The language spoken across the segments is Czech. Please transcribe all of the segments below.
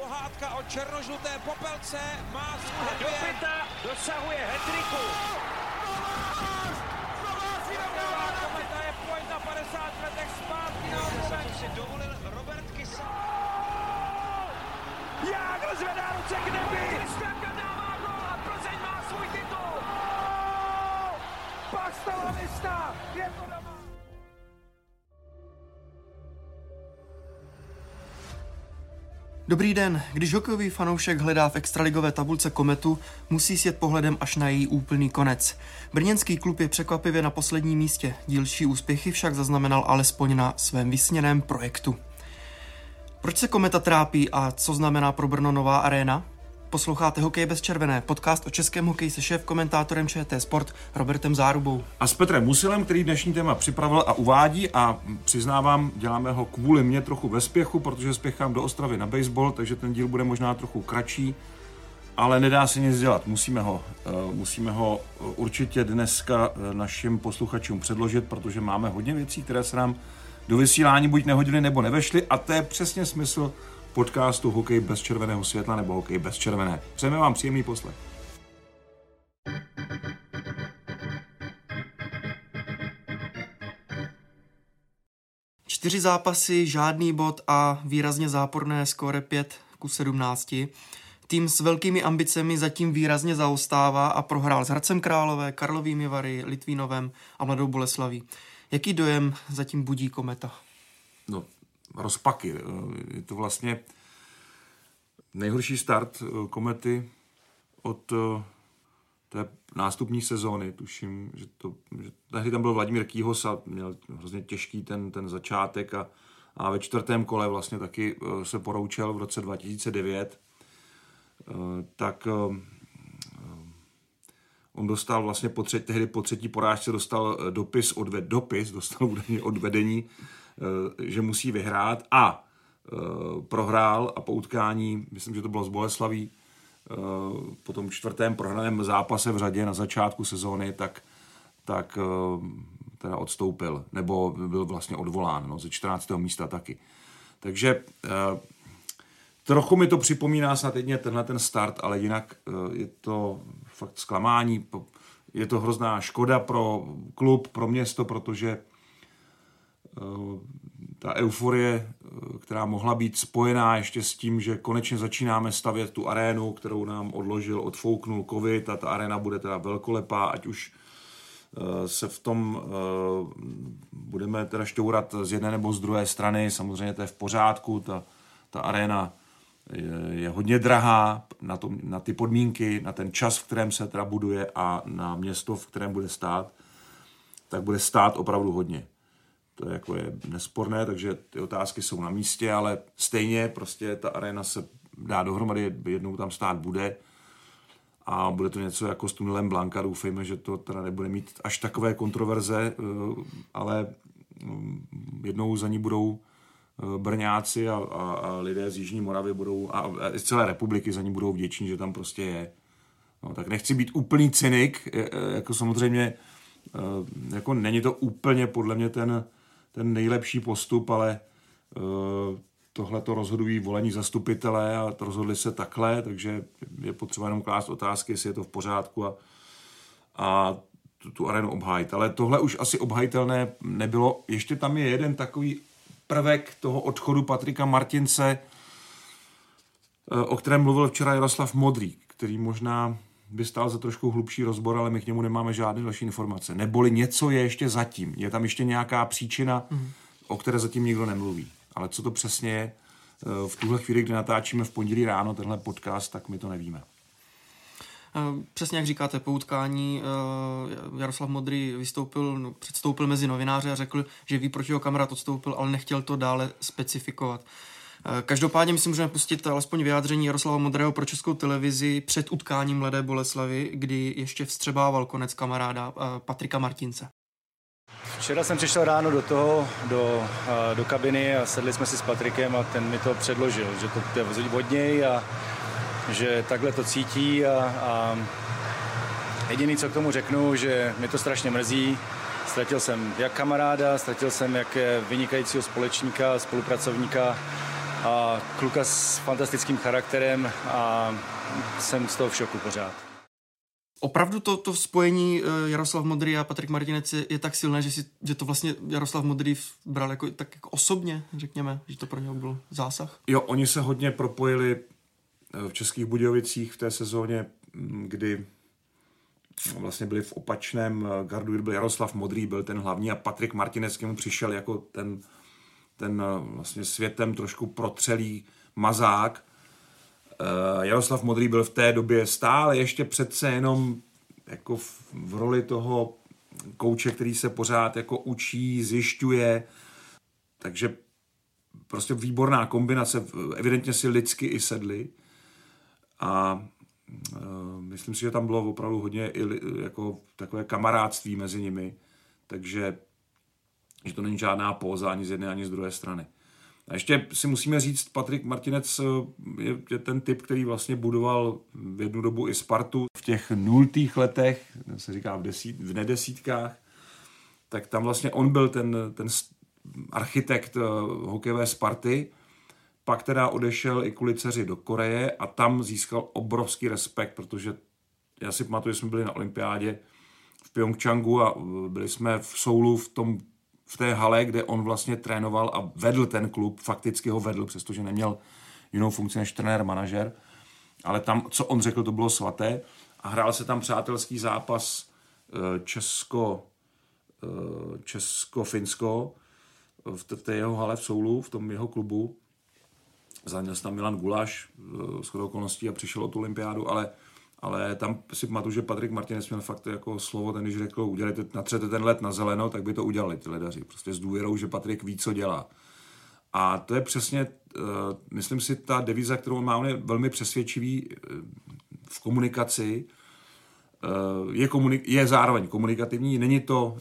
pohádka o černožluté popelce má svůj happy end. Dosahuje hat-tricku. Kometa je pojď na 50 letech zpátky na oblomek. Si dovolil Robert Kysa. Jágr zvedá ruce k nebi. Kristianka dává gól a Plzeň má svůj titul. Basta la vista, je to doma. Dobrý den, když hokejový fanoušek hledá v extraligové tabulce kometu, musí sjet pohledem až na její úplný konec. Brněnský klub je překvapivě na posledním místě, dílčí úspěchy však zaznamenal alespoň na svém vysněném projektu. Proč se kometa trápí a co znamená pro Brno nová aréna? Posloucháte Hokej bez červené, podcast o českém hokeji se šéf-komentátorem ČT Sport Robertem Zárubou. A s Petrem Musilem, který dnešní téma připravil a uvádí, a přiznávám, děláme ho kvůli mě trochu ve spěchu, protože spěchám do Ostravy na baseball, takže ten díl bude možná trochu kratší, ale nedá se nic dělat, musíme ho určitě dneska našim posluchačům předložit, protože máme hodně věcí, které se nám do vysílání buď nehodily nebo nevešly, a to je přesně smysl podcastu Hokej bez červeného světla nebo Hokej bez červené. Přejeme vám příjemný poslech. Čtyři zápasy, žádný bod a výrazně záporné skóre 5-17. Tým s velkými ambicemi zatím výrazně zaostává a prohrál s Hradcem Králové, Karlovými Vary, Litvínovem a Mladou Boleslaví. Jaký dojem zatím budí kometa? No, rozpaky. Je to vlastně nejhorší start komety od té nástupní sezóny. Tuším, že tehdy tam byl Vladimír Kýhos a měl hrozně těžký ten začátek a ve čtvrtém kole vlastně taky se poroučel v roce 2009. Tak on dostal vlastně tehdy po třetí porážce dostal dostal údajně od vedení, že musí vyhrát a prohrál, a po utkání, myslím, že to bylo z Boleslaví, po tom čtvrtém prohraném zápase v řadě na začátku sezóny, tak teda odstoupil, nebo byl vlastně odvolán, ze 14. místa taky. Takže trochu mi to připomíná snad jedně tenhle ten start, ale jinak je to fakt zklamání, je to hrozná škoda pro klub, pro město, protože ta euforie, která mohla být spojená ještě s tím, že konečně začínáme stavět tu arénu, kterou nám odfouknul covid, a ta aréna bude teda velkolepá, ať už se v tom budeme teda šťourat z jedné nebo z druhé strany, samozřejmě to je v pořádku, ta aréna je hodně drahá na ty podmínky, na ten čas, v kterém se teda buduje, a na město, v kterém bude stát, tak bude stát opravdu hodně. To je nesporné, takže ty otázky jsou na místě, ale stejně prostě ta arena se dá dohromady, jednou tam stát bude a bude to něco jako s tunelem Blanka. Doufejme, že to teda nebude mít až takové kontroverze, ale jednou za ní budou Brňáci a lidé z Jižní Moravy a z celé republiky za ní budou vděční, že tam prostě je. No, tak nechci být úplný cynik, jako samozřejmě jako není to úplně podle mě ten nejlepší postup, ale tohle to rozhodují volení zastupitelé a to rozhodli se takhle, takže je potřeba jenom klást otázky, jestli je to v pořádku a tu arénu obhájit. Ale tohle už asi obhajitelné nebylo. Ještě tam je jeden takový prvek toho odchodu Patrika Martince, o kterém mluvil včera Jaroslav Modrý, který možná by stál za trošku hlubší rozbor, ale my k němu nemáme žádné další informace. Neboli něco je ještě zatím. Je tam ještě nějaká příčina, o které zatím nikdo nemluví. Ale co to přesně je, v tuhle chvíli, kdy natáčíme v pondělí ráno tenhle podcast, tak my to nevíme. Přesně jak říkáte, po utkání Jaroslav Modrý předstoupil mezi novináře a řekl, že ví, proč jeho kamarád odstoupil, ale nechtěl to dále specifikovat. Každopádně myslím, můžeme pustit alespoň vyjádření Jaroslava Modrého pro Českou televizi před utkáním Mladé Boleslavi, kdy ještě vstřebával konec kamaráda Patrika Martince. Včera jsem přišel ráno do kabiny a sedli jsme si s Patrikem a ten mi to předložil, že to je od něj a že takhle to cítí a jediný, co k tomu řeknu, že mi to strašně mrzí. Ztratil jsem jak kamaráda, ztratil jsem jak vynikajícího společníka, spolupracovníka a kluka s fantastickým charakterem a jsem z toho v šoku pořád. Opravdu to spojení Jaroslav Modrý a Patrik Martinec je tak silné, že to vlastně Jaroslav Modrý bral jako osobně, řekněme, že to pro něho byl zásah? Jo, oni se hodně propojili v Českých Budějovicích v té sezóně, kdy vlastně byli v opačném gardu, kdy byl Jaroslav Modrý, byl ten hlavní a Patrik Martinec k němu přišel jako ten vlastně světem trošku protřelý mazák. Jaroslav Modrý byl v té době stále ještě přece jenom jako v roli toho kouče, který se pořád jako učí, zjišťuje, takže prostě výborná kombinace, evidentně si lidsky i sedli a myslím si, že tam bylo opravdu hodně jako takové kamarádství mezi nimi, takže že to není žádná póza ani z jedné, ani z druhé strany. A ještě si musíme říct, Patrik Martinec je ten typ, který vlastně budoval v jednu dobu i Spartu. V těch 0. letech, se říká v nedesítkách, tak tam vlastně on byl ten architekt hokejové Sparty, pak teda odešel i kvůli dceři do Koreje a tam získal obrovský respekt, protože já si pamatuju, že jsme byli na olympiádě v Pyeongchangu a byli jsme v Soulu v té hale, kde on vlastně trénoval a vedl ten klub, fakticky ho vedl, přestože neměl jinou funkci než trenér, manažer, ale tam, co on řekl, to bylo svaté a hrál se tam přátelský zápas Česko-Finsko v té jeho hale v Soulu, v tom jeho klubu. Zaměl se tam Milan Gulaš shodou okolností a přišel o tu olympiádu, ale tam si pamatuju, že Patrik Martinec měl fakt jako slovo, ten když řekl, natřete ten led na zeleno, tak by to udělali ty ledaři. Prostě s důvěrou, že Patrik ví, co dělá. A to je přesně, myslím si, ta devíza, kterou on má, on je velmi přesvědčivý v komunikaci, je zároveň komunikativní, není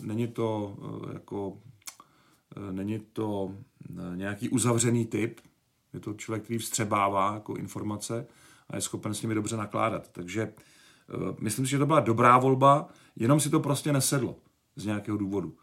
to nějaký uzavřený typ, je to člověk, který vstřebává jako informace a je schopen s nimi dobře nakládat. Takže myslím si, že to byla dobrá volba, jenom si to prostě nesedlo z nějakého důvodu.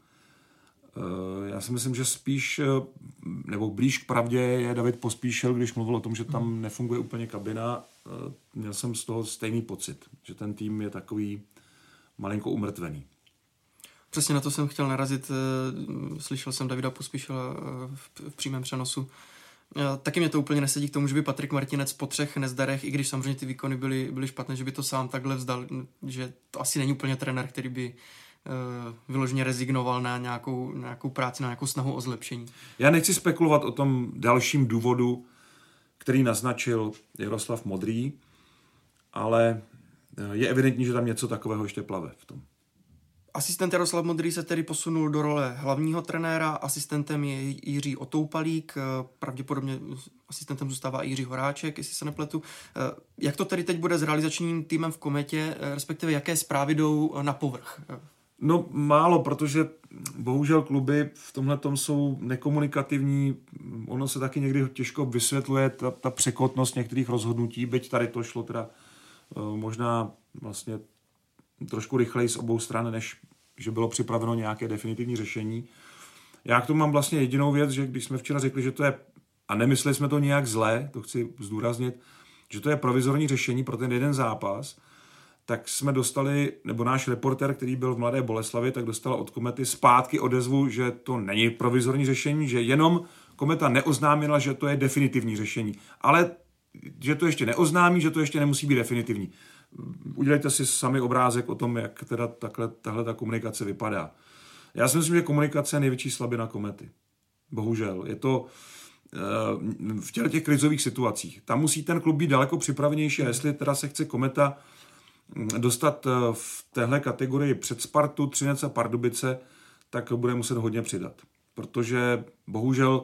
Já si myslím, že spíš, nebo blíž k pravdě je David Pospíšil, když mluvil o tom, že tam nefunguje úplně kabina. Měl jsem z toho stejný pocit, že ten tým je takový malinko umrtvený. Přesně na to jsem chtěl narazit. Slyšel jsem Davida Pospíšila v přímém přenosu. Taky mě to úplně nesedí k tomu, že by Patrik Martinec po 3 nezdarech, i když samozřejmě ty výkony byly špatné, že by to sám takhle vzdal, že to asi není úplně trenér, který by vyloženě rezignoval na nějakou práci, na nějakou snahu o zlepšení. Já nechci spekulovat o tom dalším důvodu, který naznačil Jaroslav Modrý, ale je evidentní, že tam něco takového ještě plave v tom. Asistent Jaroslav Modrý se tedy posunul do role hlavního trenéra, asistentem je Jiří Otoupalík, pravděpodobně asistentem zůstává Jiří Horáček, jestli se nepletu. Jak to tedy teď bude s realizačním týmem v Kometě, respektive jaké zprávy jdou na povrch? No málo, protože bohužel kluby v tomhletom jsou nekomunikativní, ono se taky někdy těžko vysvětluje ta překotnost některých rozhodnutí, byť tady to šlo teda možná vlastně trošku rychleji z obou stran, než že bylo připraveno nějaké definitivní řešení. Já k tomu mám vlastně jedinou věc, že když jsme včera řekli, že to je, a nemysleli jsme to nějak zle, to chci zdůraznit, že to je provizorní řešení pro ten jeden zápas, tak jsme dostali, nebo náš reporter, který byl v Mladé Boleslavi, tak dostal od Komety zpátky odezvu, že to není provizorní řešení, že jenom Kometa neoznámila, že to je definitivní řešení. Ale že to ještě neoznámí, že to ještě nemusí být definitivní. Udělejte si sami obrázek o tom, jak teda tahle ta komunikace vypadá. Já si myslím, že komunikace je největší slabina Komety. Bohužel. Je to v těch krizových situacích. Tam musí ten klub být daleko připravenější a jestli teda se chce Kometa dostat v téhle kategorii před Spartu, Třinec a Pardubice, tak bude muset hodně přidat. Protože bohužel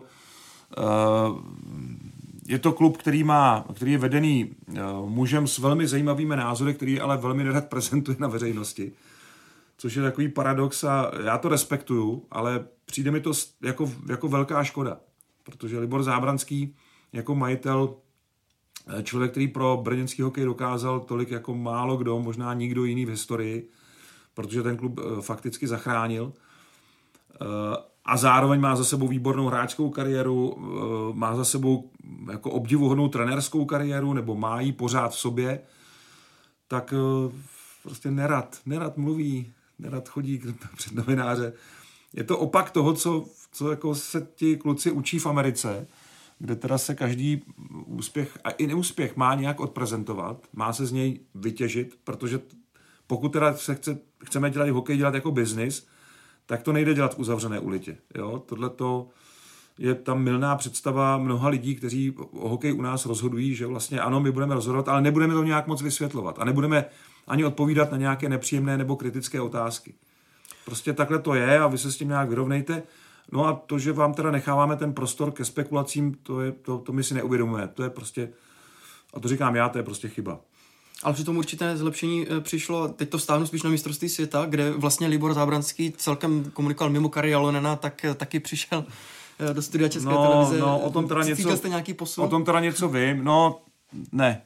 je to klub, který je vedený mužem s velmi zajímavými názory, který ale velmi nerad prezentuje na veřejnosti. Což je takový paradox a já to respektuju, ale přijde mi to jako velká škoda. Protože Libor Zábranský jako majitel, člověk, který pro brněnský hokej dokázal tolik jako málo kdo, možná nikdo jiný v historii, protože ten klub fakticky zachránil. a zároveň má za sebou výbornou hráčskou kariéru, má za sebou jako obdivuhodnou trenérskou kariéru, nebo má ji pořád v sobě, tak prostě nerad mluví, nerad chodí před novináře. Je to opak toho, co jako se ti kluci učí v Americe, kde teda se každý úspěch a i neúspěch má nějak odprezentovat, má se z něj vytěžit, protože pokud teda chceme dělat hokej dělat jako biznis, tak to nejde dělat v uzavřené ulitě. Tohleto je tam mylná představa mnoha lidí, kteří o hokej u nás rozhodují, že vlastně ano, my budeme rozhodovat, ale nebudeme to nějak moc vysvětlovat a nebudeme ani odpovídat na nějaké nepříjemné nebo kritické otázky. Prostě takhle to je a vy se s tím nějak vyrovnejte. No a to, že vám teda necháváme ten prostor ke spekulacím, to my si neuvědomujeme. To je prostě, a to říkám já, to je prostě chyba. Ale při tom určité zlepšení přišlo, teď to vztáhnu spíš na mistrovství světa, kde vlastně Libor Zábranský celkem komunikoval mimo Kari Jalonena, tak taky přišel do studia České televize. No, o tom teda cítil jste nějaký posun? O tom teda něco vím, no ne.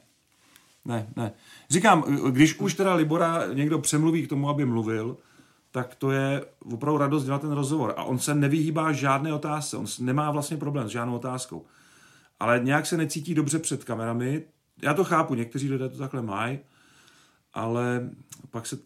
Říkám, když už teda Libora někdo přemluví k tomu, aby mluvil, tak to je opravdu radost dělat ten rozhovor. A on se nevyhýbá žádné otázce, on nemá vlastně problém s žádnou otázkou. Ale nějak se necítí dobře před kamerami. Já to chápu, někteří lidé to takhle mají, ale pak se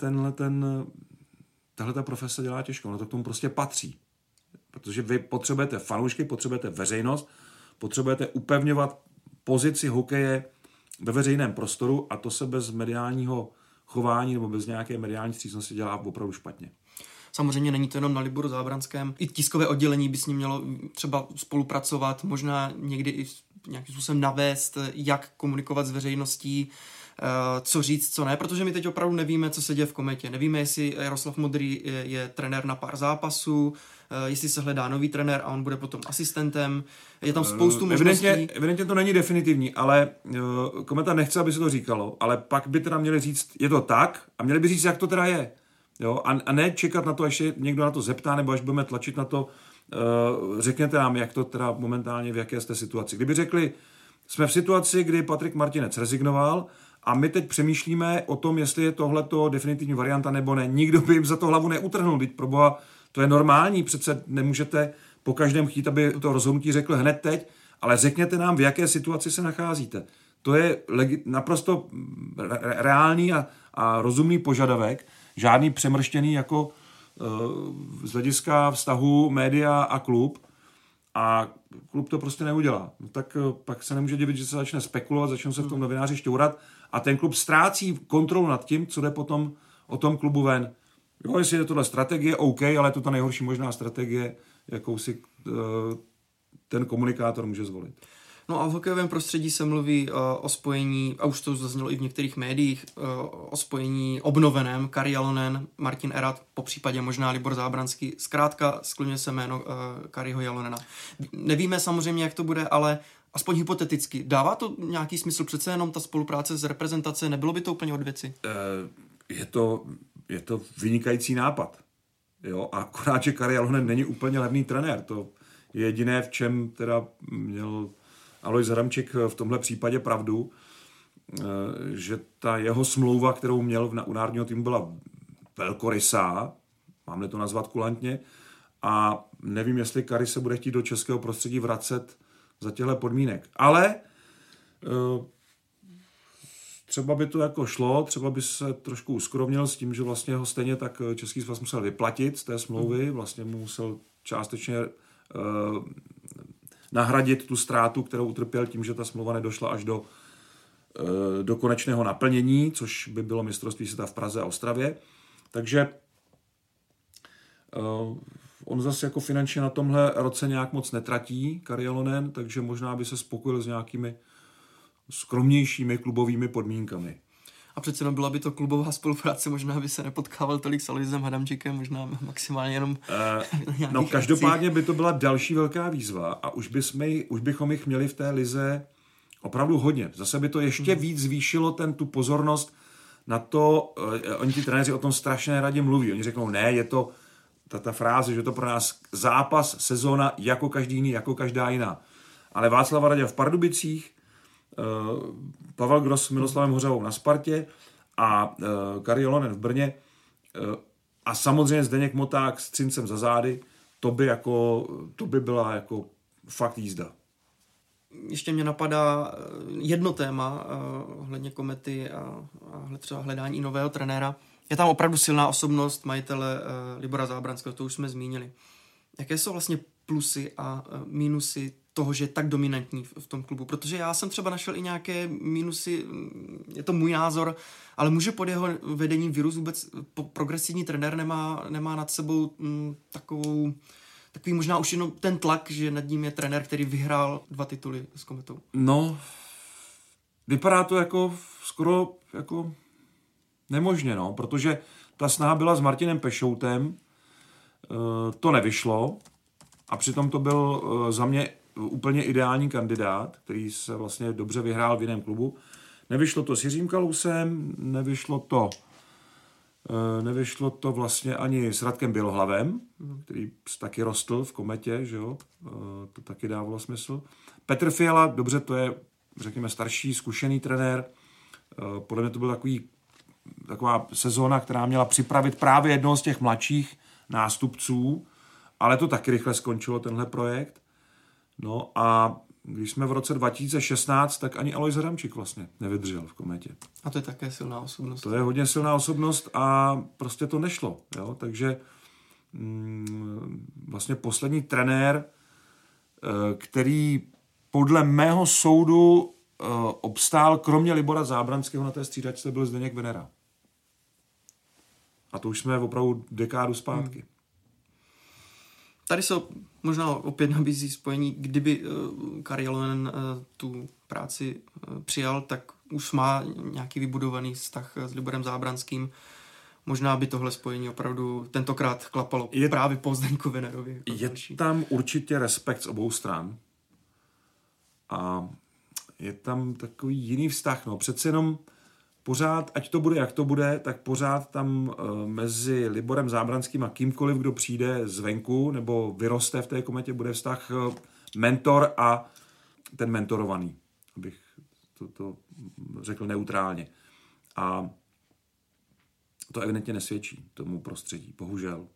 tahle ta profese dělá těžko. No to k tomu prostě patří. Protože vy potřebujete fanoušky, potřebujete veřejnost, potřebujete upevňovat pozici hokeje ve veřejném prostoru a to se bez mediálního chování nebo bez nějaké mediální vstřícnosti dělá opravdu špatně. Samozřejmě není to jenom na Liboru Zábranském. I tiskové oddělení by s ním mělo třeba spolupracovat, možná někdy i nějakým způsobem navést, jak komunikovat s veřejností, co říct, co ne, protože my teď opravdu nevíme, co se děje v Kometě. Nevíme, jestli Jaroslav Modrý je trenér na pár zápasů, jestli se hledá nový trenér a on bude potom asistentem. Je tam spoustu možností. Evidentně to není definitivní, ale Kometa nechce, aby se to říkalo, ale pak by teda měli říct, je to tak a měli by říct, jak to teda je. Jo? A ne čekat na to, až se někdo na to zeptá, nebo až budeme tlačit na to, řekněte nám, jak to teda momentálně, v jaké jste situaci. Kdyby řekli, jsme v situaci, kdy Patrik Martinec rezignoval a my teď přemýšlíme o tom, jestli je tohleto definitivní varianta nebo ne. Nikdo by jim za to hlavu neutrhnul, teď proboha, to je normální, přece nemůžete po každém chtít, aby to rozhodnutí řekl hned teď, ale řekněte nám, v jaké situaci se nacházíte. To je naprosto reálný a rozumný požadavek, žádný přemrštěný jako z hlediska vztahu média a klub. A klub to prostě neudělá. No tak pak se nemůže divit, že se začne spekulovat, začnou se v tom novináři šťourat a ten klub ztrácí kontrolu nad tím, co jde potom o tom klubu ven. Jo, jestli je tohle strategie, OK, ale je to ta nejhorší možná strategie, jakou si ten komunikátor může zvolit. No a v hokejovém prostředí se mluví o spojení, a už to zaznělo i v některých médiích, o spojení obnoveném Kari Jalonen, Martin Erat, po případě možná Libor Zábranský. Zkrátka skloňuje se jméno Kariho Jalonena. Nevíme samozřejmě, jak to bude, ale aspoň hypoteticky. Dává to nějaký smysl? Přece jenom ta spolupráce s reprezentací, nebylo by to úplně od věci? Je to vynikající nápad. Jo? A akorát, že Kari Jalonen není úplně levný trenér. To je jediné, v čem teda měl Alojz Adamčík v tomhle případě pravdu, že ta jeho smlouva, kterou měl u národního týmu, byla velkorysá, mám-li to nazvat kulantně, a nevím, jestli Kari se bude chtít do českého prostředí vracet za těchto podmínek. Ale třeba by to jako šlo, třeba by se trošku uskromnil s tím, že vlastně ho stejně tak Český svaz musel vyplatit z té smlouvy, vlastně mu musel částečně nahradit tu ztrátu, kterou utrpěl tím, že ta smlouva nedošla až do konečného naplnění, což by bylo mistrovství světa v Praze a Ostravě. Takže on zase jako finančně na tomhle roce nějak moc netratí, Kari Jalonen, takže možná by se spokojil s nějakými skromnějšími klubovými podmínkami. A přece byla by to klubová spolupráce, možná by se nepotkával tolik s Alojzem Adamčíkem, možná maximálně jenom no každopádně by to byla další velká výzva a už bychom jich měli v té lize opravdu hodně. Zase by to ještě víc zvýšilo tu pozornost na to, oni ti trenéři o tom strašně rádi mluví. Oni řeknou, ne, je to ta fráze, že to pro nás zápas, sezóna jako každý jiný, jako každá jiná. Ale Václav Radě v Pardubicích, Pavel Gross s Miloslavem Hořavou na Spartě a Kari Jalonen v Brně a samozřejmě Zdeněk Moták s Třincem za zády, to by byla jako fakt jízda. Ještě mě napadá jedno téma ohledně Komety a třeba hledání nového trenéra. Je tam opravdu silná osobnost majitele Libora Zábranského, to už jsme zmínili. Jaké jsou vlastně plusy a mínusy toho, že je tak dominantní v tom klubu? Protože já jsem třeba našel i nějaké mínusy, je to můj názor, ale může pod jeho vedením virus vůbec progresivní trenér nemá nad sebou takový možná už jenom ten tlak, že nad ním je trenér, který vyhrál 2 tituly s Kometou. No, vypadá to jako skoro jako nemožně, no, protože ta snaha byla s Martinem Pešoutem, to nevyšlo a přitom to byl za mě úplně ideální kandidát, který se vlastně dobře vyhrál v jiném klubu. Nevyšlo to s Jiřím Kalousem, nevyšlo to vlastně ani s Radkem Bělohlavem, který taky rostl v Kometě, že jo? To taky dávalo smysl. Petr Fiala, dobře, to je, řekněme, starší, zkušený trenér. Podle mě to byl taková sezóna, která měla připravit právě jednoho z těch mladších nástupců, ale to taky rychle skončilo, tenhle projekt. No a když jsme v roce 2016, tak ani Alojz Adamčík vlastně nevydržel v Kometě. A to je také silná osobnost. To je hodně silná osobnost a prostě to nešlo. Jo? Takže vlastně poslední trenér, který podle mého soudu obstál kromě Libora Zábranského na té střídačce, byl Zdeněk Venera. A to už jsme opravdu dekádu zpátky. Tady se možná opět nabízí spojení, kdyby Kari Jalonen tu práci přijal, tak už má nějaký vybudovaný vztah s Liborem Zábranským. Možná by tohle spojení opravdu tentokrát klapalo právě po Zdeňku Venerovi. Je tam určitě respekt z obou stran a je tam takový jiný vztah. No. Přece jenom pořád, ať to bude, jak to bude, tak pořád tam mezi Liborem Zábranským a kýmkoliv, kdo přijde zvenku nebo vyroste v té Kometě, bude vztah mentor a ten mentorovaný, abych to řekl neutrálně. A to evidentně nesvědčí tomu prostředí, bohužel.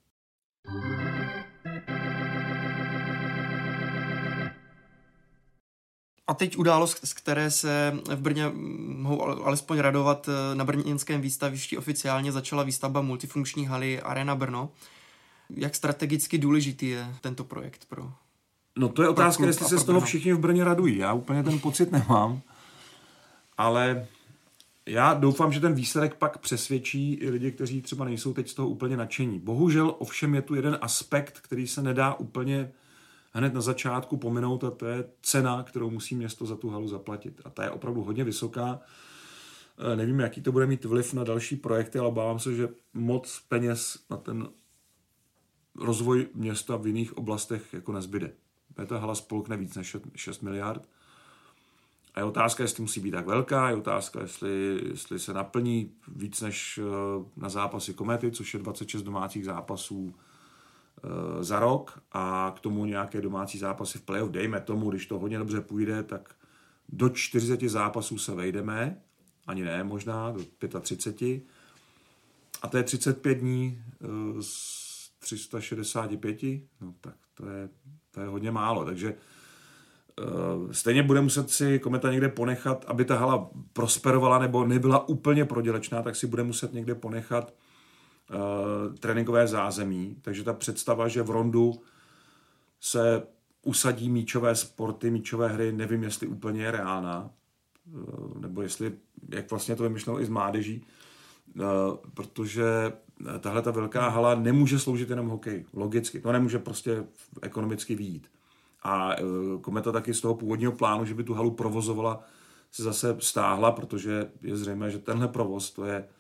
A teď událost, z které se v Brně mohou alespoň radovat. Na brněnském výstavišti oficiálně začala výstavba multifunkční haly Arena Brno. Jak strategicky důležitý je tento projekt pro... No to je otázka, jestli se z toho všichni v Brně radují. Já úplně ten pocit nemám. Ale já doufám, že ten výsledek pak přesvědčí i lidi, kteří třeba nejsou teď z toho úplně nadšení. Bohužel ovšem je tu jeden aspekt, který se nedá úplně hned na začátku pominout, a to je cena, kterou musí město za tu halu zaplatit. A ta je opravdu hodně vysoká. Nevím, jaký to bude mít vliv na další projekty, ale obávám se, že moc peněz na ten rozvoj města v jiných oblastech jako nezbyde. Ta hala spolkne víc než 6 miliard. A je otázka, jestli musí být tak velká, je otázka, jestli se naplní víc než na zápasy Komety, což je 26 domácích zápasů za rok a k tomu nějaké domácí zápasy v playoff. Dejme tomu, když to hodně dobře půjde, tak do 40 zápasů se vejdeme, ani ne, možná do 35. A to je 35 dní z 365, no tak to je hodně málo, takže stejně bude muset si Kometa někde ponechat, aby ta hala prosperovala nebo nebyla úplně prodělečná, tak si bude muset někde ponechat tréninkové zázemí. Takže ta představa, že v Rondu se usadí míčové sporty, míčové hry, nevím, jestli úplně je reálná, nebo jestli, jak vlastně to vymyšleno i z mládeží, protože tahle ta velká hala nemůže sloužit jenom hokej. Logicky. To nemůže prostě ekonomicky vyjít. A Kometa taky z toho původního plánu, že by tu halu provozovala, se zase stáhla, protože je zřejmé, že tenhle provoz,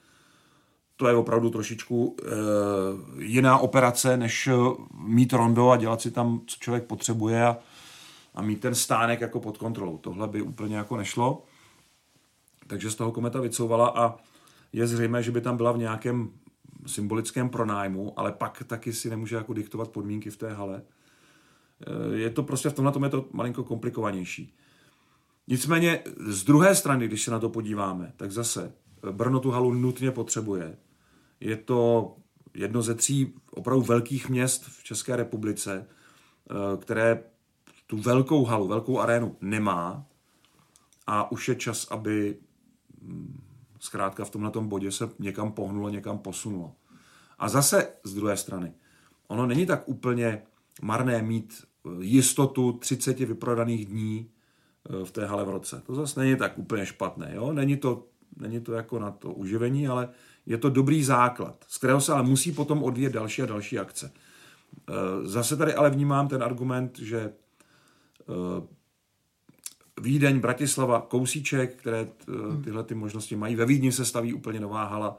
to je opravdu trošičku jiná operace, než mít rondo a dělat si tam, co člověk potřebuje a mít ten stánek jako pod kontrolou. Tohle by úplně jako nešlo. Takže z toho Kometa vycouvala a je zřejmé, že by tam byla v nějakém symbolickém pronájmu, ale pak taky si nemůže jako diktovat podmínky v té hale. Je to prostě v tomhle tom je to malinko komplikovanější. Nicméně z druhé strany, když se na to podíváme, tak zase Brno tu halu nutně potřebuje. Je to jedno ze 3 opravdu velkých měst v České republice, které tu velkou halu, velkou arénu nemá a už je čas, aby zkrátka v tomhletom bodě se někam pohnulo, někam posunulo. A zase z druhé strany, ono není tak úplně marné mít jistotu 30 vyprodaných dní v té hale v roce. To zase není tak úplně špatné. Jo? Není to jako na to uživení, ale je to dobrý základ, z kterého se ale musí potom odvíjet další a další akce. Zase tady ale vnímám ten argument, že Vídeň, Bratislava, kousíček, které tyhle ty možnosti mají. Ve Vídni se staví úplně nová hala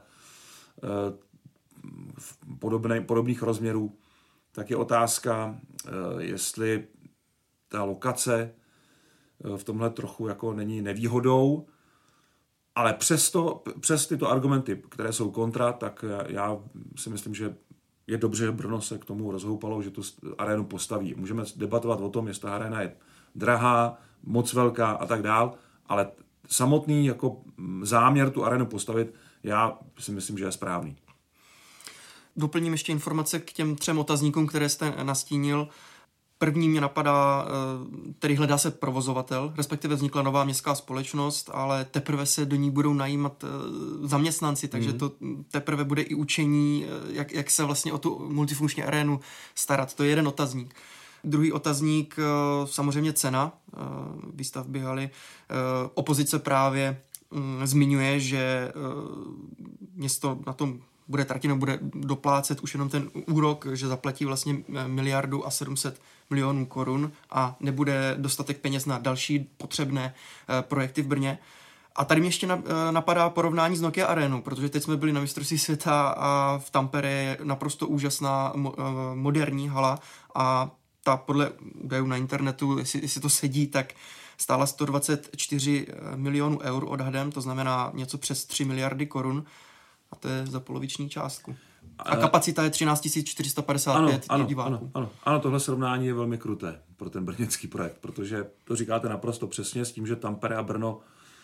podobných rozměrů. Tak je otázka, jestli ta lokace v tomhle trochu jako není nevýhodou, ale přes tyto argumenty, které jsou kontra, tak já si myslím, že je dobře, že Brno se k tomu rozhoupalo, že tu arénu postaví. Můžeme debatovat o tom, jestli ta aréna je drahá, moc velká a tak dál, ale samotný jako záměr tu arénu postavit, já si myslím, že je správný. Doplním ještě informace k těm 3 otazníkům, které jste nastínil. První mě napadá, tedy hledá se provozovatel, respektive vznikla nová městská společnost, ale teprve se do ní budou najímat zaměstnanci, takže to teprve bude i učení, jak se vlastně o tu multifunkční arénu starat. To je jeden otazník. Druhý otazník, samozřejmě cena výstavby haly. Opozice právě zmiňuje, že město na tom bude tratino, bude doplácet už jenom ten úrok, že zaplatí vlastně 1,7 miliardy korun a nebude dostatek peněz na další potřebné projekty v Brně. A tady mě ještě napadá porovnání s Nokia Arenou, protože teď jsme byli na mistrovství světa a v Tampere je naprosto úžasná moderní hala a ta podle údajů na internetu, jestli to sedí, tak stála 124 milionů eur odhadem, to znamená něco přes 3 miliardy korun. A to je za poloviční částku. A kapacita je 13 455 diváků. Ano, tohle srovnání je velmi kruté pro ten brněnský projekt, protože to říkáte naprosto přesně s tím, že Tampere a Brno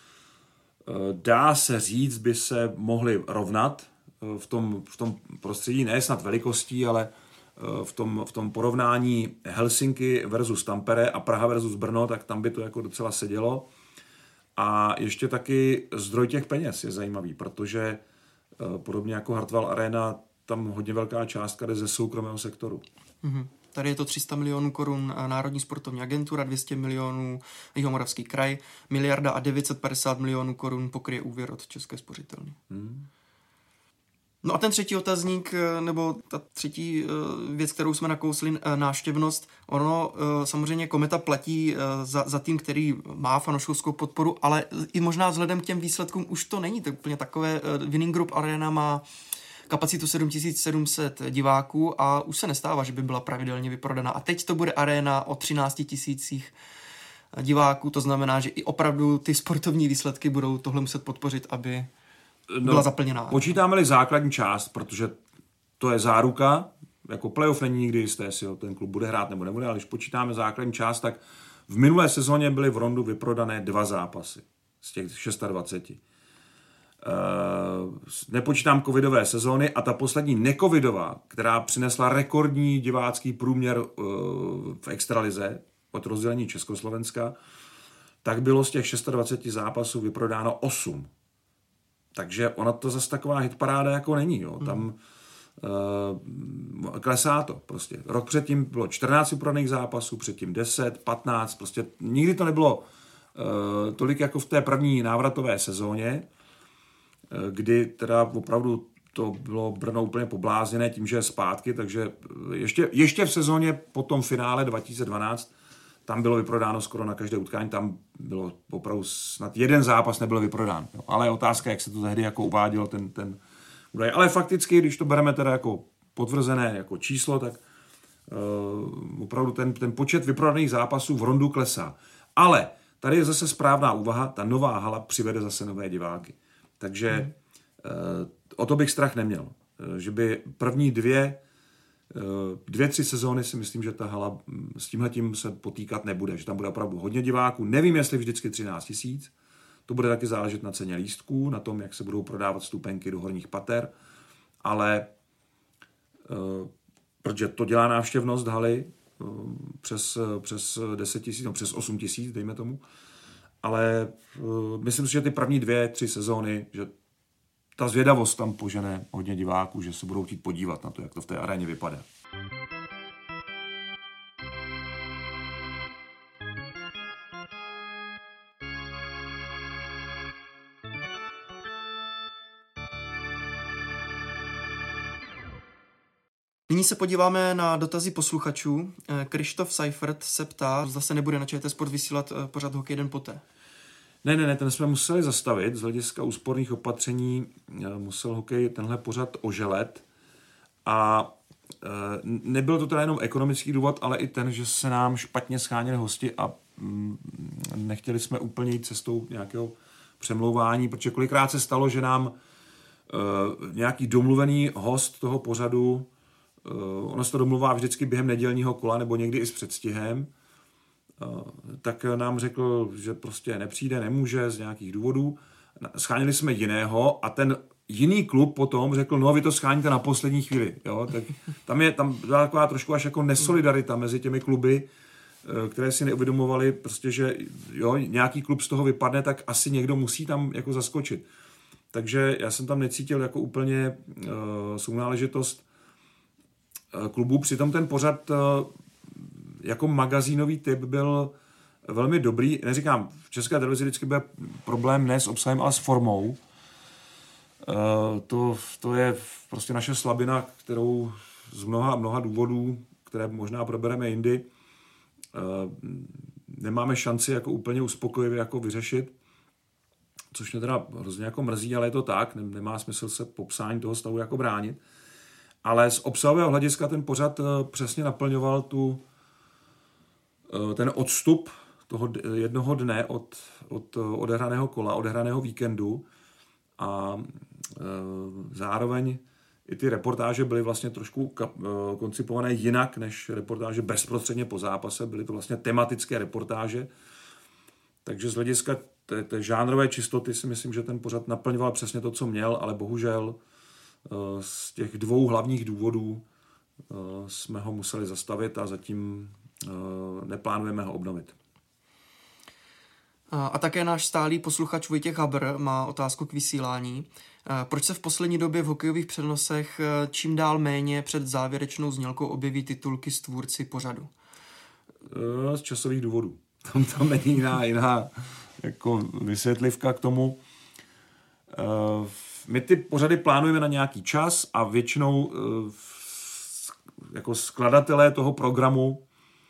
dá se říct, by se mohli rovnat v tom prostředí, ne snad velikostí, ale v tom porovnání Helsinki versus Tampere a Praha versus Brno, tak tam by to jako docela sedělo. A ještě taky zdroj těch peněz je zajímavý, protože podobně jako Hartwall Arena, tam hodně velká částka jde ze soukromého sektoru. Tady je to 300 milionů korun Národní sportovní agentura, 200 milionů Jihomoravský kraj, 1 miliarda a 950 milionů korun pokryje úvěr od České spořitelny. No a ten třetí otazník, nebo ta třetí věc, kterou jsme nakousli, návštěvnost. Ono samozřejmě Kometa platí za tým, který má fanouškovskou podporu, ale i možná vzhledem k těm výsledkům už to není tak úplně takové. Winning Group Arena má kapacitu 7700 diváků a už se nestává, že by byla pravidelně vyprodaná. A teď to bude aréna o 13 000 diváků, to znamená, že i opravdu ty sportovní výsledky budou tohle muset podpořit, aby byla zaplněná. Počítáme-li základní část, protože to je záruka, jako playoff není nikdy jisté, jestli ten klub bude hrát nebo nebude, ale když počítáme základní část, tak v minulé sezóně byly v Rondu vyprodané 2 zápasy z těch 26. Nepočítám covidové sezóny a ta poslední necovidová, která přinesla rekordní divácký průměr v extralize od rozdělení Československa, tak bylo z těch 26 zápasů vyprodáno 8. Takže ona to zase taková hitparáda jako není. Jo. Tam klesá to prostě. Rok předtím bylo 14 vyprodaných zápasů, předtím 10, 15, prostě nikdy to nebylo tolik jako v té první návratové sezóně, kdy teda opravdu to bylo Brno úplně poblázněné tím, že je zpátky, takže ještě v sezóně po tom finále 2012 tam bylo vyprodáno skoro na každé utkání, tam bylo opravdu snad jeden zápas nebyl vyprodán. Jo. Ale je otázka, jak se to tehdy jako uvádělo ten údaj. Ale fakticky, když to bereme teda jako potvrzené jako číslo, tak opravdu ten počet vyprodaných zápasů v Rondu klesá. Ale tady je zase správná úvaha, ta nová hala přivede zase nové diváky. Takže o to bych strach neměl. Že by první 2-3 sezóny si myslím, že ta hala s tímhletím se potýkat nebude, že tam bude opravdu hodně diváků. Nevím, jestli vždycky 13 000. To bude taky záležet na ceně lístků, na tom, jak se budou prodávat vstupenky do horních pater, ale protože to dělá návštěvnost haly přes 10 000, no přes 8 000, dejme tomu. Ale myslím si, že ty první 2-3 sezóny, že ta zvědavost tam požene hodně diváků, že se budou chtít podívat na to, jak to v té aréně vypadá. Nyní se podíváme na dotazy posluchačů. Krištof Seifert se ptá, zda se nebude na ČT Sport vysílat pořad Hokej den poté. Ne, ten jsme museli zastavit. Z hlediska úsporných opatření musel hokej tenhle pořad oželet. A nebyl to teda jenom ekonomický důvod, ale i ten, že se nám špatně scháněli hosti a nechtěli jsme úplně jít cestou nějakého přemlouvání, protože kolikrát se stalo, že nám nějaký domluvený host toho pořadu, ono se to domluvá vždycky během nedělního kola nebo někdy i s předstihem, tak nám řekl, že prostě nepřijde, nemůže z nějakých důvodů. Schánili jsme jiného a ten jiný klub potom řekl, no vy to scháníte na poslední chvíli. Jo? Tak tam byla taková trošku až jako nesolidarita mezi těmi kluby, které si neuvědomovali, prostě, že jo, nějaký klub z toho vypadne, tak asi někdo musí tam jako zaskočit. Takže já jsem tam necítil jako úplně sounáležitost klubu. Přitom ten pořad jako magazínový typ byl velmi dobrý. Neříkám, v České televizi vždycky byl problém ne s obsahem, ale s formou. To je prostě naše slabina, kterou z mnoha důvodů, které možná probereme jindy, nemáme šanci jako úplně uspokojivě jako vyřešit, což mě teda hrozně jako mrzí, ale je to tak, nemá smysl se popsání toho stavu jako bránit. Ale z obsahového hlediska ten pořad přesně naplňoval ten odstup toho jednoho dne od odehraného kola, odehraného víkendu a zároveň i ty reportáže byly vlastně trošku koncipované jinak než reportáže bezprostředně po zápase, byly to vlastně tematické reportáže, takže z hlediska té žánrové čistoty si myslím, že ten pořad naplňoval přesně to, co měl, ale bohužel z těch 2 hlavních důvodů jsme ho museli zastavit a zatím neplánujeme ho obnovit. A také náš stálý posluchač Vojtěch Habr má otázku k vysílání. Proč se v poslední době v hokejových přenosech čím dál méně před závěrečnou znělkou objeví titulky s tvůrci pořadu? Z časových důvodů. Tam není jiná jako vysvětlivka k tomu. My ty pořady plánujeme na nějaký čas a většinou jako skladatelé toho programu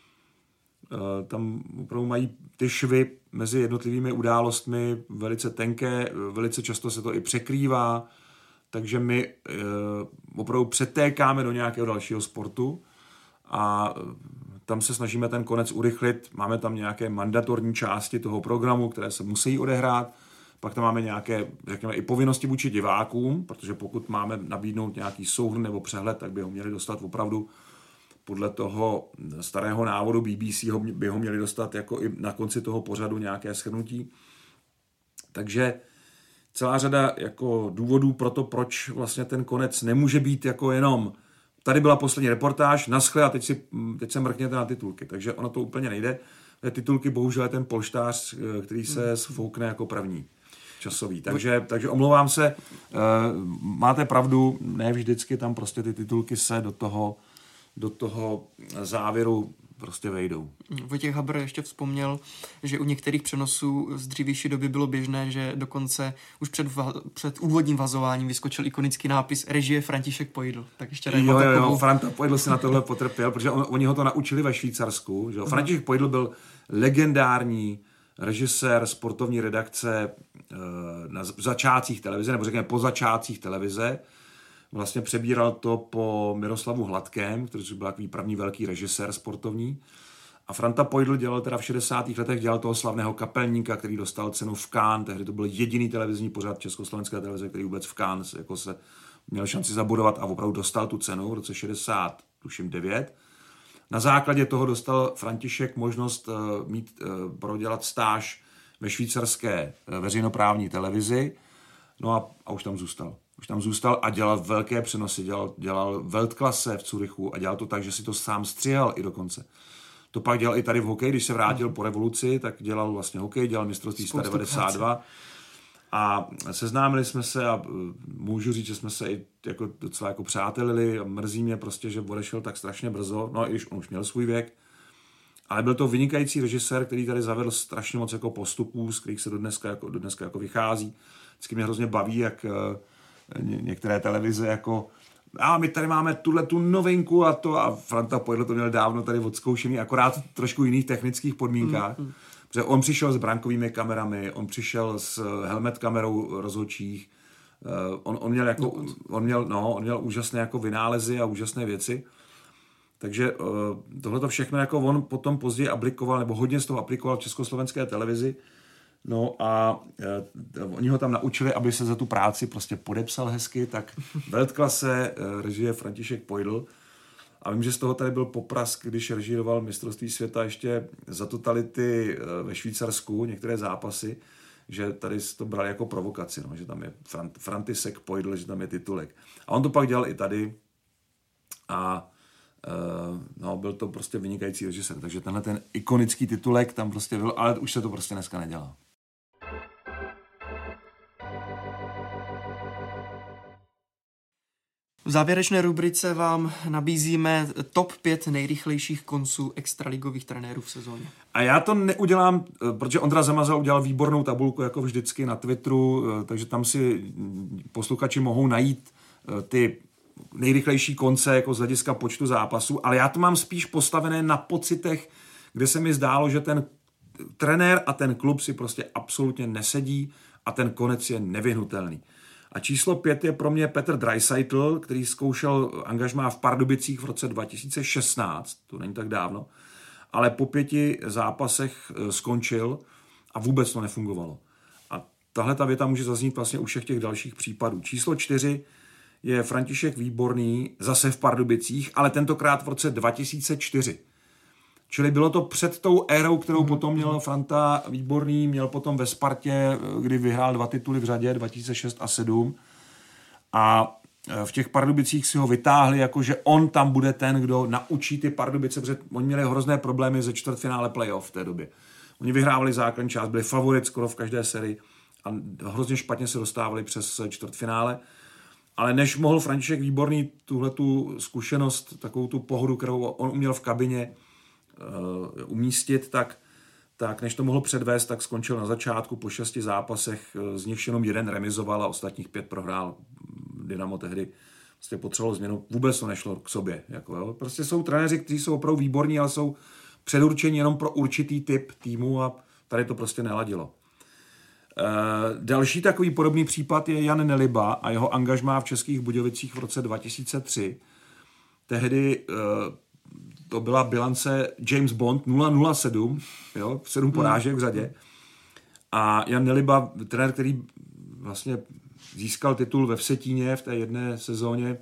tam opravdu mají ty švy mezi jednotlivými událostmi velice tenké, velice často se to i překrývá, takže my opravdu přetékáme do nějakého dalšího sportu a tam se snažíme ten konec urychlit. Máme tam nějaké mandatorní části toho programu, které se musí odehrát. Pak tam máme nějaké, řekněme, i povinnosti vůči divákům, protože pokud máme nabídnout nějaký souhrn nebo přehled, tak by ho měli dostat opravdu podle toho starého návodu BBC by ho měli dostat jako i na konci toho pořadu nějaké shrnutí. Takže celá řada jako důvodů pro to, proč vlastně ten konec nemůže být jako jenom tady byla poslední reportáž, naschle a teď se mrkněte na titulky. Takže ono to úplně nejde. Titulky bohužel je ten polštář, který se sfoukne jako první časový. Takže omlouvám se, máte pravdu, ne vždycky tam prostě ty titulky se do toho závěru prostě vejdou. Vojtěch Habr ještě vzpomněl, že u některých přenosů z dřívější doby bylo běžné, že dokonce už před úvodním vazováním vyskočil ikonický nápis režie František Pojdl. Tak ještě Jo, Franta Pojdl si na tohle potrpěl, protože oni ho to naučili ve Švýcarsku. Že? František Pojdl byl legendární režisér sportovní redakce na začátcích televize, nebo řekněme po začátcích televize. Vlastně přebíral to po Miroslavu Hladkém, který byl takový první velký režisér sportovní. A Franta Pojdl dělal teda v 60. letech, dělal toho slavného kapelníka, který dostal cenu v Cannes. Tehdy to byl jediný televizní pořad československé televize, který vůbec v Cannes jako se měl šanci zabudovat a opravdu dostal tu cenu v roce 69. Na základě toho dostal František možnost prodělat stáž ve švýcarské veřejnoprávní televizi. No a už tam zůstal. Už tam zůstal a dělal velké přenosy, dělal Weltklasse v Curychu a dělal to tak, že si to sám stříhal i dokonce. To pak dělal i tady v hokeji, když se vrátil po revoluci, tak dělal vlastně hokej, dělal mistrovství 192 a seznámili jsme se a můžu říct, že jsme se i jako docela jako přátelili a mrzí mě prostě, že odešel tak strašně brzo, no i když on už měl svůj věk, ale byl to vynikající režisér, který tady zavedl strašně moc jako postupů, z kterých se do dneska jako vychází. Vždycky mě hrozně baví, jak některé televize jako a my tady máme tu novinku a Franta Pojdl to měl dávno tady odzkoušený, akorát v trošku jiných technických podmínkách. Protože on přišel s brankovými kamerami, on přišel s helmet kamerou rozhodčích, on měl úžasné jako vynálezy a úžasné věci. Takže tohleto všechno jako on potom později aplikoval, nebo hodně z toho aplikoval v československé televizi. No a oni ho tam naučili, aby se za tu práci prostě podepsal hezky, tak Weltklasse režie František Pojdl. A vím, že z toho tady byl poprask, když režíroval mistrovství světa ještě za totality ve Švýcarsku, některé zápasy, že tady to brali jako provokaci, no, že tam je František Pojdl, že tam je titulek. A on to pak dělal i tady a byl to prostě vynikající režisér, takže tenhle ten ikonický titulek tam prostě byl, ale už se to prostě dneska nedělá. V závěrečné rubrice vám nabízíme top 5 nejrychlejších konců extraligových trenérů v sezóně. A já to neudělám, protože Ondra Zamazal udělal výbornou tabulku, jako vždycky na Twitteru, takže tam si posluchači mohou najít ty nejrychlejší konce jako z hlediska počtu zápasů, ale já to mám spíš postavené na pocitech, kde se mi zdálo, že ten trenér a ten klub si prostě absolutně nesedí a ten konec je nevyhnutelný. A číslo 5 je pro mě Petr Dreisaitl, který zkoušel angažmá v Pardubicích v roce 2016, to není tak dávno, ale po 5 zápasech skončil a vůbec to nefungovalo. A tahle ta věta může zaznít vlastně u všech těch dalších případů. Číslo 4 je František Výborný, zase v Pardubicích, ale tentokrát v roce 2004. Čili bylo to před tou érou, kterou potom měl Franta Výborný, měl potom ve Spartě, kdy vyhrál 2 tituly v řadě, 2006 a 2007. A v těch Pardubicích si ho vytáhli, jakože on tam bude ten, kdo naučí ty Pardubice, protože oni měli hrozné problémy ze čtvrtfinále playoff v té době. Oni vyhrávali základní část, byli favorit skoro v každé sérii a hrozně špatně se dostávali přes čtvrtfinále. Ale než mohl František Výborný tuhletu zkušenost, takovou tu pohodu, kterou on uměl v kabině umístit, tak než to mohl předvést, tak skončil na začátku po 6 zápasech, z nich jenom 1 remizoval a ostatních 5 prohrál. Dynamo tehdy prostě potřebovalo změnu, vůbec to nešlo k sobě. Jako, prostě jsou trenéři, kteří jsou opravdu výborní, ale jsou předurčeni jenom pro určitý typ týmu a tady to prostě neladilo. Další takový podobný případ je Jan Neliba a jeho angažmá v Českých Budějovicích v roce 2003. Tehdy to byla bilance James Bond 007, 7 porážek v řadě. A Jan Neliba, trenér, který vlastně získal titul ve Vsetíně v té jedné sezóně,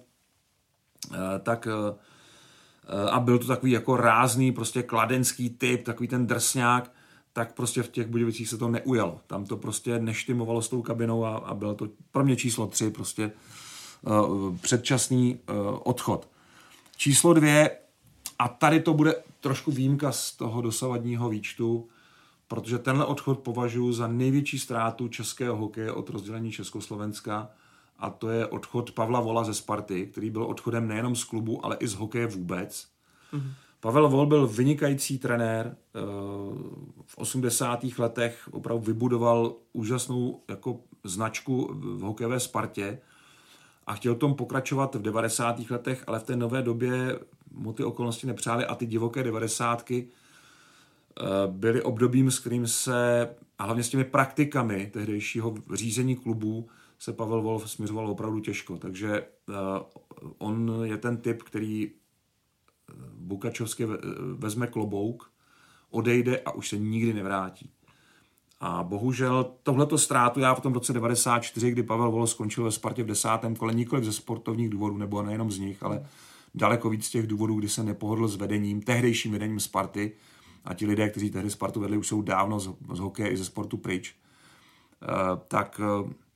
a byl to takový jako rázný, prostě kladenský typ, takový ten drsňák, tak prostě v těch Budějovicích se to neujalo. Tam to prostě neštimovalo s tou kabinou a bylo to pro mě číslo 3, prostě předčasný odchod. Číslo 2, a tady to bude trošku výjimka z toho dosavadního výčtu, protože tenhle odchod považuji za největší ztrátu českého hokeje od rozdělení Československa, a to je odchod Pavla Vola ze Sparty, který byl odchodem nejenom z klubu, ale i z hokeje vůbec. Pavel Vol byl vynikající trenér, v 80. letech opravdu vybudoval úžasnou jako značku v hokejové Spartě a chtěl tom pokračovat v 90. letech, ale v té nové době mu ty okolnosti nepřáli a ty divoké 90. byly obdobím, s kterým se, a hlavně s těmi praktikami tehdejšího řízení klubů, se Pavel Wolf směřoval opravdu těžko. Takže on je ten typ, který bukačovsky vezme klobouk, odejde a už se nikdy nevrátí. A bohužel tohleto ztrátu já v tom roce 94, kdy Pavel Vol skončil ve Spartě v 10. kole, nikoliv ze sportovních důvodů, nebo nejenom z nich, ale daleko víc těch důvodů, kdy se nepohodl s vedením, tehdejším vedením Sparty, a ti lidé, kteří tehdy Spartu vedli, už jsou dávno z hokeje i ze sportu pryč, tak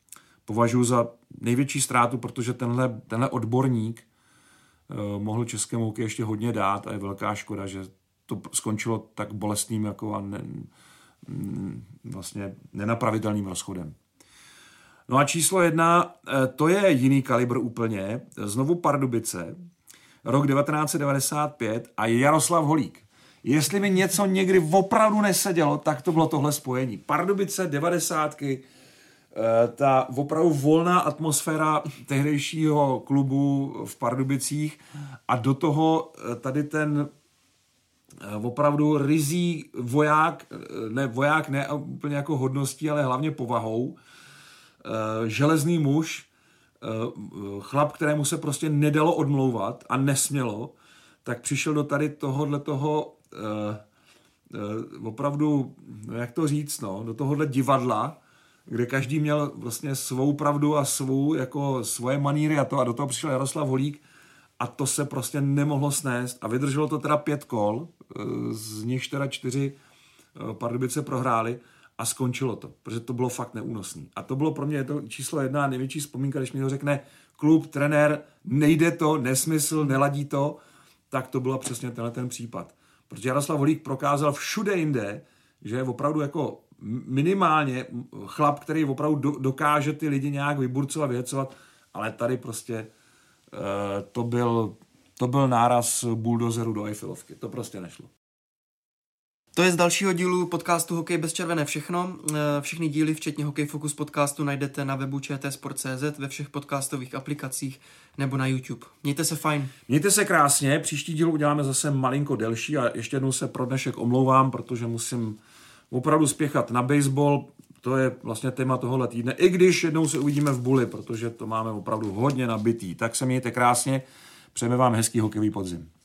považuji za největší ztrátu, protože tenhle odborník mohl českému hokeji ještě hodně dát a je velká škoda, že to skončilo tak bolestným jako a vlastně nenapravitelným rozchodem. No a číslo 1, to je jiný kalibr úplně, znovu Pardubice, rok 1995 a Jaroslav Holík. Jestli mi něco někdy opravdu nesedělo, tak to bylo tohle spojení. Pardubice, 90. Ta opravdu volná atmosféra tehdejšího klubu v Pardubicích a do toho tady ten opravdu ryzí voják ne úplně jako hodností, ale hlavně povahou, železný muž, chlap, kterému se prostě nedalo odmlouvat a nesmělo, tak přišel do tady tohohletoho opravdu, jak to říct, do tohohle divadla, kde každý měl vlastně svou pravdu a svoje maníry a do toho přišel Jaroslav Holík a to se prostě nemohlo snést a vydrželo to teda 5 kol, z nich teda 4 Pardubice prohráli a skončilo to, protože to bylo fakt neúnosný. A to bylo pro mě to číslo 1 největší vzpomínka, když mi to řekne klub, trenér, nejde to, nesmysl, neladí to, tak to bylo přesně ten případ. Protože Jaroslav Holík prokázal všude jinde, že je opravdu jako minimálně chlap, který opravdu dokáže ty lidi nějak vyburcovat, vyhecovat, ale tady prostě to byl náraz buldozeru do Eiffelovky. To prostě nešlo. To je z dalšího dílu podcastu Hokej bez červené všechno. Všechny díly, včetně Hokej Focus podcastu, najdete na webu čtsport.cz, ve všech podcastových aplikacích nebo na YouTube. Mějte se fajn. Mějte se krásně, příští díl uděláme zase malinko delší a ještě jednou se pro dnešek omlouvám, protože musím opravdu spěchat na baseball. To je vlastně téma tohohle týdne, i když jednou se uvidíme v Buli, protože to máme opravdu hodně nabitý. Tak se mějte krásně, přejeme vám hezký hokejový podzim.